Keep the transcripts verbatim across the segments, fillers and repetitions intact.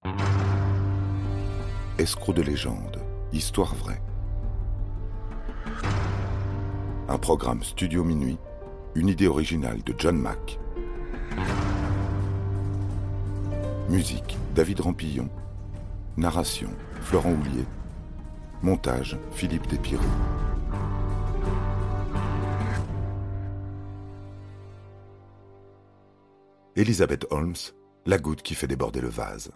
Escroc de légende, histoire vraie. Un programme Studio Minuit, une idée originale de John Mack. Musique, David Rampillon. Narration, Florent Houlier. Montage, Philippe Despireux. Elizabeth Holmes, la goutte qui fait déborder le vase.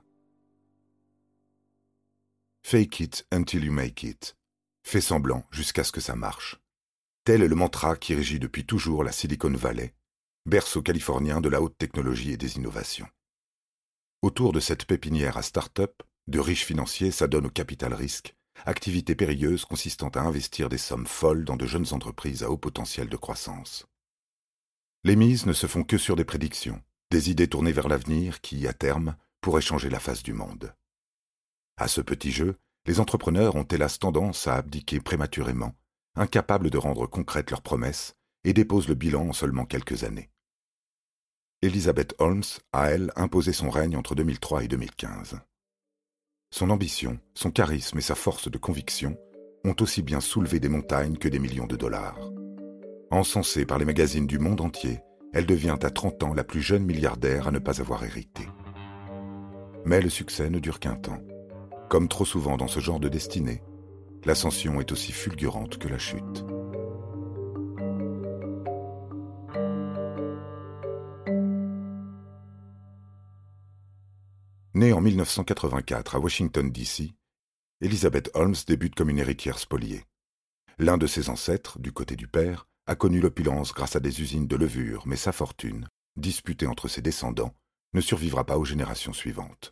Fake it until you make it. Fais semblant jusqu'à ce que ça marche. Tel est le mantra qui régit depuis toujours la Silicon Valley, berceau californien de la haute technologie et des innovations. Autour de cette pépinière à start-up, de riches financiers s'adonnent au capital risque, activité périlleuse consistant à investir des sommes folles dans de jeunes entreprises à haut potentiel de croissance. Les mises ne se font que sur des prédictions, des idées tournées vers l'avenir qui, à terme, pourraient changer la face du monde. À ce petit jeu, les entrepreneurs ont hélas tendance à abdiquer prématurément, incapables de rendre concrètes leurs promesses, et déposent le bilan en seulement quelques années. Elizabeth Holmes a, elle, imposé son règne entre deux mille trois et deux mille quinze. Son ambition, son charisme et sa force de conviction ont aussi bien soulevé des montagnes que des millions de dollars. Encensée par les magazines du monde entier, elle devient à trente ans la plus jeune milliardaire à ne pas avoir hérité. Mais le succès ne dure qu'un temps. Comme trop souvent dans ce genre de destinée, l'ascension est aussi fulgurante que la chute. Née en mille neuf cent quatre-vingt-quatre à Washington, D C, Elizabeth Holmes débute comme une héritière spoliée. L'un de ses ancêtres, du côté du père, a connu l'opulence grâce à des usines de levure, mais sa fortune, disputée entre ses descendants, ne survivra pas aux générations suivantes.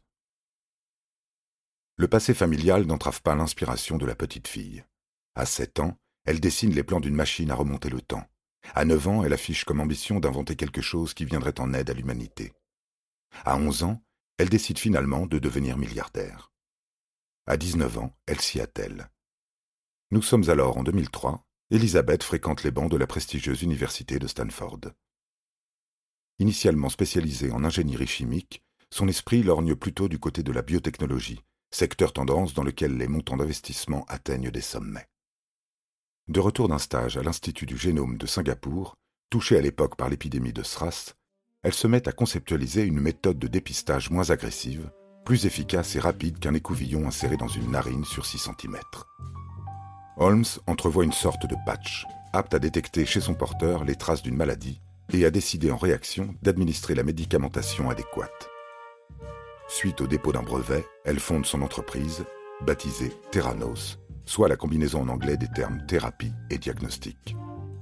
Le passé familial n'entrave pas l'inspiration de la petite fille. À sept ans, elle dessine les plans d'une machine à remonter le temps. À neuf ans, elle affiche comme ambition d'inventer quelque chose qui viendrait en aide à l'humanité. À onze ans, elle décide finalement de devenir milliardaire. À dix-neuf ans, elle s'y attelle. Nous sommes alors en deux mille trois, Elizabeth fréquente les bancs de la prestigieuse université de Stanford. Initialement spécialisée en ingénierie chimique, son esprit lorgne plutôt du côté de la biotechnologie, secteur tendance dans lequel les montants d'investissement atteignent des sommets. De retour d'un stage à l'Institut du génome de Singapour, touché à l'époque par l'épidémie de SRAS, elle se met à conceptualiser une méthode de dépistage moins agressive, plus efficace et rapide qu'un écouvillon inséré dans une narine sur six centimètres. Holmes entrevoit une sorte de patch, apte à détecter chez son porteur les traces d'une maladie et a décidé en réaction d'administrer la médicamentation adéquate. Suite au dépôt d'un brevet, elle fonde son entreprise, baptisée Theranos, soit la combinaison en anglais des termes thérapie et diagnostic.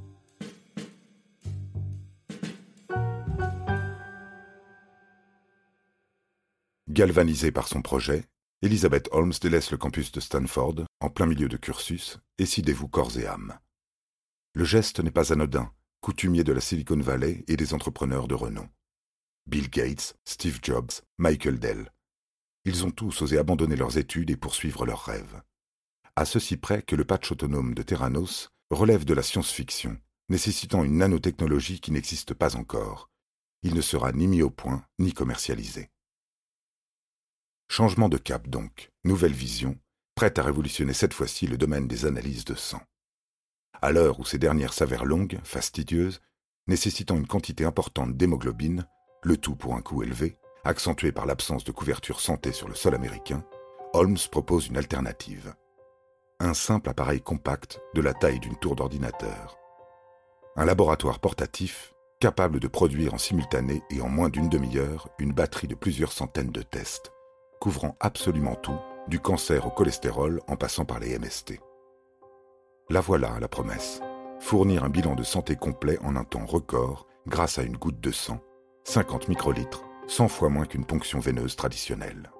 Galvanisée par son projet, Elizabeth Holmes délaisse le campus de Stanford, en plein milieu de cursus, et s'y dévoue corps et âme. Le geste n'est pas anodin, coutumier de la Silicon Valley et des entrepreneurs de renom. Bill Gates, Steve Jobs, Michael Dell. Ils ont tous osé abandonner leurs études et poursuivre leurs rêves. À ceci près que le patch autonome de Theranos relève de la science-fiction, nécessitant une nanotechnologie qui n'existe pas encore. Il ne sera ni mis au point, ni commercialisé. Changement de cap donc, nouvelle vision, prête à révolutionner cette fois-ci le domaine des analyses de sang. À l'heure où ces dernières s'avèrent longues, fastidieuses, nécessitant une quantité importante d'hémoglobine, le tout pour un coût élevé, accentué par l'absence de couverture santé sur le sol américain, Holmes propose une alternative. Un simple appareil compact de la taille d'une tour d'ordinateur. Un laboratoire portatif capable de produire en simultané et en moins d'une demi-heure une batterie de plusieurs centaines de tests, couvrant absolument tout, du cancer au cholestérol en passant par les M S T. La voilà, la promesse. Fournir un bilan de santé complet en un temps record grâce à une goutte de sang, cinquante microlitres, cent fois moins qu'une ponction veineuse traditionnelle.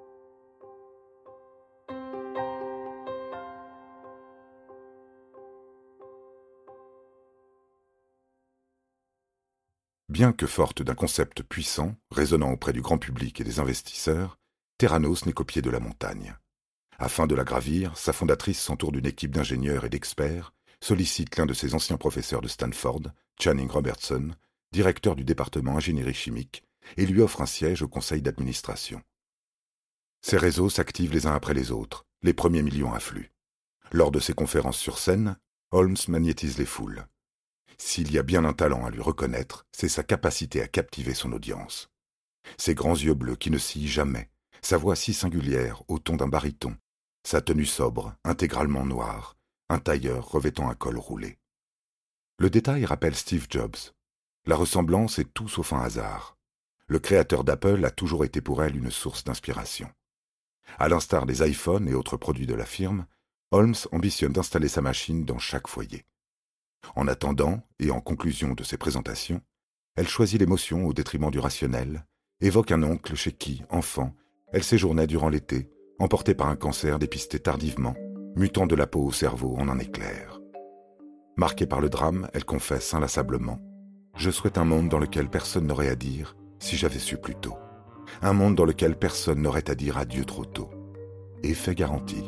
Bien que forte d'un concept puissant, résonnant auprès du grand public et des investisseurs, Theranos n'est qu'au pied de la montagne. Afin de la gravir, sa fondatrice s'entoure d'une équipe d'ingénieurs et d'experts, sollicite l'un de ses anciens professeurs de Stanford, Channing Robertson, directeur du département ingénierie chimique, et lui offre un siège au conseil d'administration. Ces réseaux s'activent les uns après les autres, les premiers millions affluent. Lors de ses conférences sur scène, Holmes magnétise les foules. S'il y a bien un talent à lui reconnaître, c'est sa capacité à captiver son audience. Ses grands yeux bleus qui ne scillent jamais, sa voix si singulière au ton d'un baryton, sa tenue sobre, intégralement noire, un tailleur revêtant un col roulé. Le détail rappelle Steve Jobs. La ressemblance est tout sauf un hasard. Le créateur d'Apple a toujours été pour elle une source d'inspiration. À l'instar des iPhones et autres produits de la firme, Holmes ambitionne d'installer sa machine dans chaque foyer. En attendant, et en conclusion de ses présentations, elle choisit l'émotion au détriment du rationnel, évoque un oncle chez qui, enfant, elle séjournait durant l'été, emportée par un cancer dépisté tardivement, mutant de la peau au cerveau en un éclair. Marquée par le drame, elle confesse inlassablement « Je souhaite un monde dans lequel personne n'aurait à dire « si j'avais su plus tôt ». Un monde dans lequel personne n'aurait à dire adieu trop tôt. Effet garanti.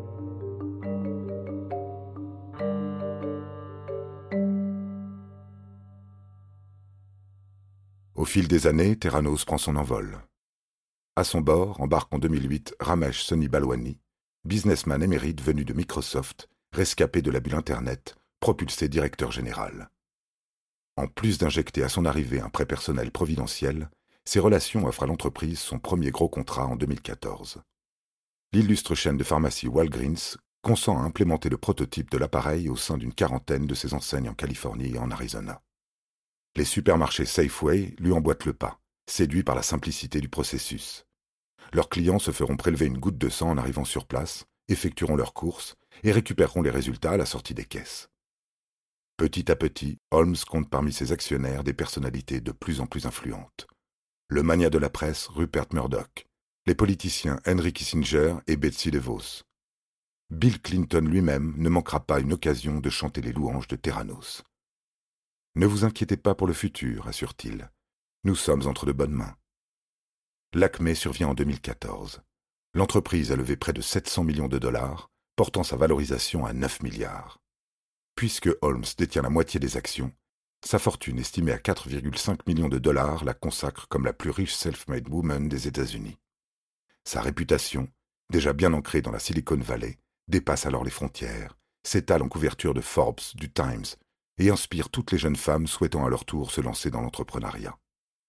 Au fil des années, Theranos prend son envol. À son bord embarque en deux mille huit Ramesh Soni Balwani, businessman émérite venu de Microsoft, rescapé de la bulle Internet, propulsé directeur général. En plus d'injecter à son arrivée un prêt personnel providentiel, ses relations offrent à l'entreprise son premier gros contrat en deux mille quatorze. L'illustre chaîne de pharmacie Walgreens consent à implémenter le prototype de l'appareil au sein d'une quarantaine de ses enseignes en Californie et en Arizona. Les supermarchés Safeway lui emboîtent le pas, séduits par la simplicité du processus. Leurs clients se feront prélever une goutte de sang en arrivant sur place, effectueront leurs courses et récupéreront les résultats à la sortie des caisses. Petit à petit, Holmes compte parmi ses actionnaires des personnalités de plus en plus influentes. Le magnat de la presse Rupert Murdoch, les politiciens Henry Kissinger et Betsy DeVos. Bill Clinton lui-même ne manquera pas une occasion de chanter les louanges de Theranos. « Ne vous inquiétez pas pour le futur, assure-t-il. Nous sommes entre de bonnes mains. » L'Acmé survient en deux mille quatorze. L'entreprise a levé près de sept cents millions de dollars, portant sa valorisation à neuf milliards. Puisque Holmes détient la moitié des actions, sa fortune estimée à quatre virgule cinq millions de dollars la consacre comme la plus riche self-made woman des États-Unis. Sa réputation, déjà bien ancrée dans la Silicon Valley, dépasse alors les frontières, s'étale en couverture de Forbes, du Times, et inspire toutes les jeunes femmes souhaitant à leur tour se lancer dans l'entrepreneuriat.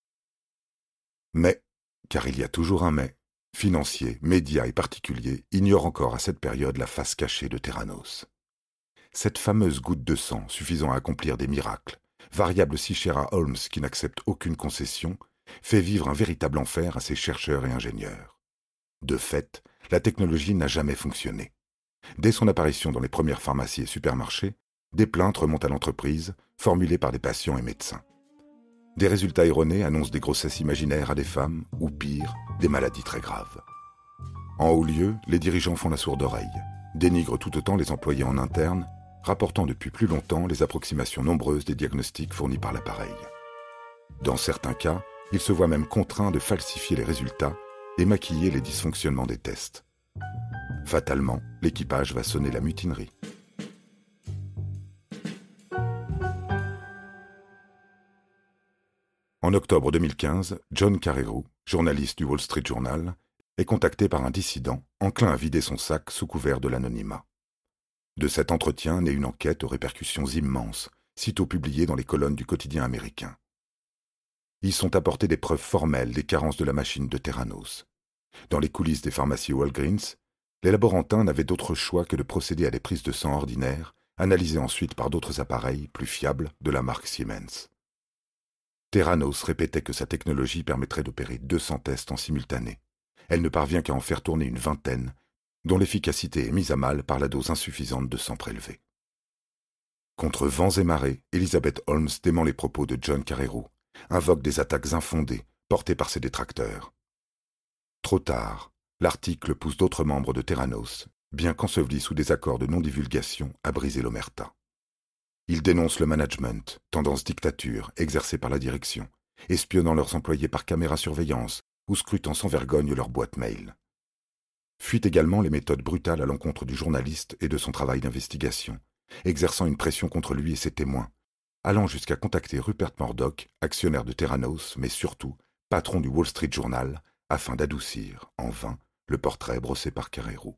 Mais, car il y a toujours un mais, financiers, médias et particuliers ignorent encore à cette période la face cachée de Theranos. Cette fameuse goutte de sang suffisant à accomplir des miracles, variable si chère à Holmes qui n'accepte aucune concession, fait vivre un véritable enfer à ses chercheurs et ingénieurs. De fait, la technologie n'a jamais fonctionné. Dès son apparition dans les premières pharmacies et supermarchés, des plaintes remontent à l'entreprise, formulées par des patients et médecins. Des résultats erronés annoncent des grossesses imaginaires à des femmes, ou pire, des maladies très graves. En haut lieu, les dirigeants font la sourde oreille, dénigrent tout autant les employés en interne, rapportant depuis plus longtemps les approximations nombreuses des diagnostics fournis par l'appareil. Dans certains cas, ils se voient même contraints de falsifier les résultats et maquiller les dysfonctionnements des tests. Fatalement, l'équipage va sonner la mutinerie. En octobre deux mille quinze, John Carreyrou, journaliste du Wall Street Journal, est contacté par un dissident enclin à vider son sac sous couvert de l'anonymat. De cet entretien naît une enquête aux répercussions immenses, sitôt publiée dans les colonnes du quotidien américain. Y sont apportées des preuves formelles des carences de la machine de Theranos. Dans les coulisses des pharmacies Walgreens, les laborantins n'avaient d'autre choix que de procéder à des prises de sang ordinaires, analysées ensuite par d'autres appareils plus fiables de la marque Siemens. Theranos répétait que sa technologie permettrait d'opérer deux cents tests en simultané. Elle ne parvient qu'à en faire tourner une vingtaine, dont l'efficacité est mise à mal par la dose insuffisante de sang prélevé. Contre vents et marées, Elizabeth Holmes dément les propos de John Carreyrou, invoque des attaques infondées, portées par ses détracteurs. Trop tard, l'article pousse d'autres membres de Theranos, bien qu'ensevelis sous des accords de non-divulgation, à briser l'omerta. Il dénonce le management, tendance dictature, exercée par la direction, espionnant leurs employés par caméra surveillance ou scrutant sans vergogne leur boîte mail. Fuit également les méthodes brutales à l'encontre du journaliste et de son travail d'investigation, exerçant une pression contre lui et ses témoins, allant jusqu'à contacter Rupert Murdoch, actionnaire de Theranos, mais surtout patron du Wall Street Journal, afin d'adoucir, en vain, le portrait brossé par Carrérou.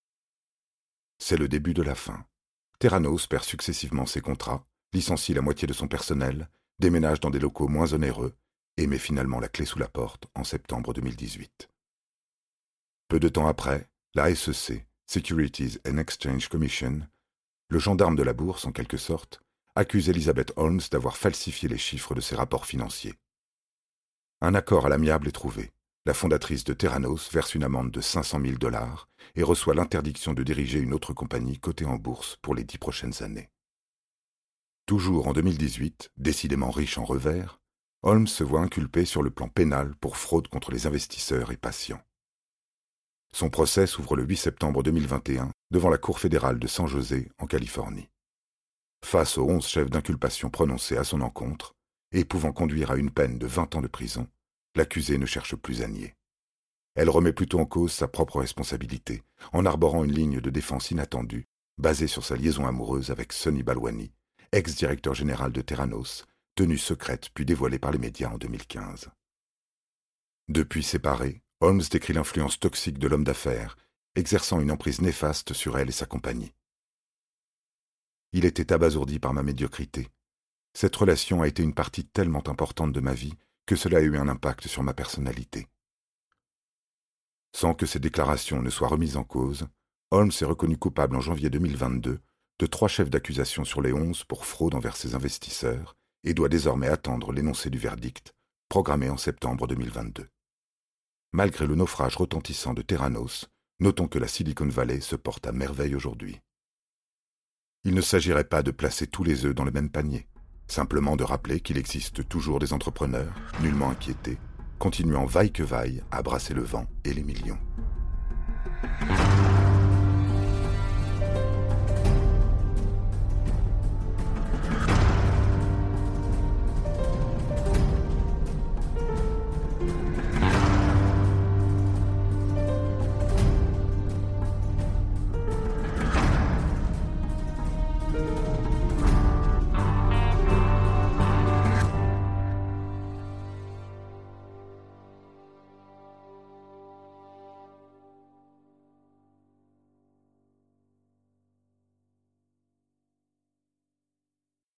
C'est le début de la fin. Theranos perd successivement ses contrats, licencie la moitié de son personnel, déménage dans des locaux moins onéreux et met finalement la clé sous la porte en septembre deux mille dix-huit. Peu de temps après, la S E C, Securities and Exchange Commission, le gendarme de la bourse en quelque sorte, accuse Elizabeth Holmes d'avoir falsifié les chiffres de ses rapports financiers. Un accord à l'amiable est trouvé. La fondatrice de Theranos verse une amende de cinq cent mille dollars et reçoit l'interdiction de diriger une autre compagnie cotée en bourse pour les dix prochaines années. Toujours en deux mille dix-huit, décidément riche en revers, Holmes se voit inculpé sur le plan pénal pour fraude contre les investisseurs et patients. Son procès s'ouvre le huit septembre deux mille vingt et un devant la Cour fédérale de San José, en Californie. Face aux onze chefs d'inculpation prononcés à son encontre, et pouvant conduire à une peine de vingt ans de prison, l'accusée ne cherche plus à nier. Elle remet plutôt en cause sa propre responsabilité, en arborant une ligne de défense inattendue, basée sur sa liaison amoureuse avec Sonny Balwani, ex-directeur général de Theranos, tenue secrète puis dévoilée par les médias en deux mille quinze. Depuis séparés, Holmes décrit l'influence toxique de l'homme d'affaires, exerçant une emprise néfaste sur elle et sa compagnie. Il était abasourdi par ma médiocrité. Cette relation a été une partie tellement importante de ma vie que cela a eu un impact sur ma personnalité. Sans que ces déclarations ne soient remises en cause, Holmes est reconnu coupable en janvier deux mille vingt-deux de trois chefs d'accusation sur les onze pour fraude envers ses investisseurs et doit désormais attendre l'énoncé du verdict, programmé en septembre deux mille vingt-deux. Malgré le naufrage retentissant de Theranos, notons que la Silicon Valley se porte à merveille aujourd'hui. Il ne s'agirait pas de placer tous les œufs dans le même panier, simplement de rappeler qu'il existe toujours des entrepreneurs, nullement inquiétés, continuant vaille que vaille à brasser le vent et les millions.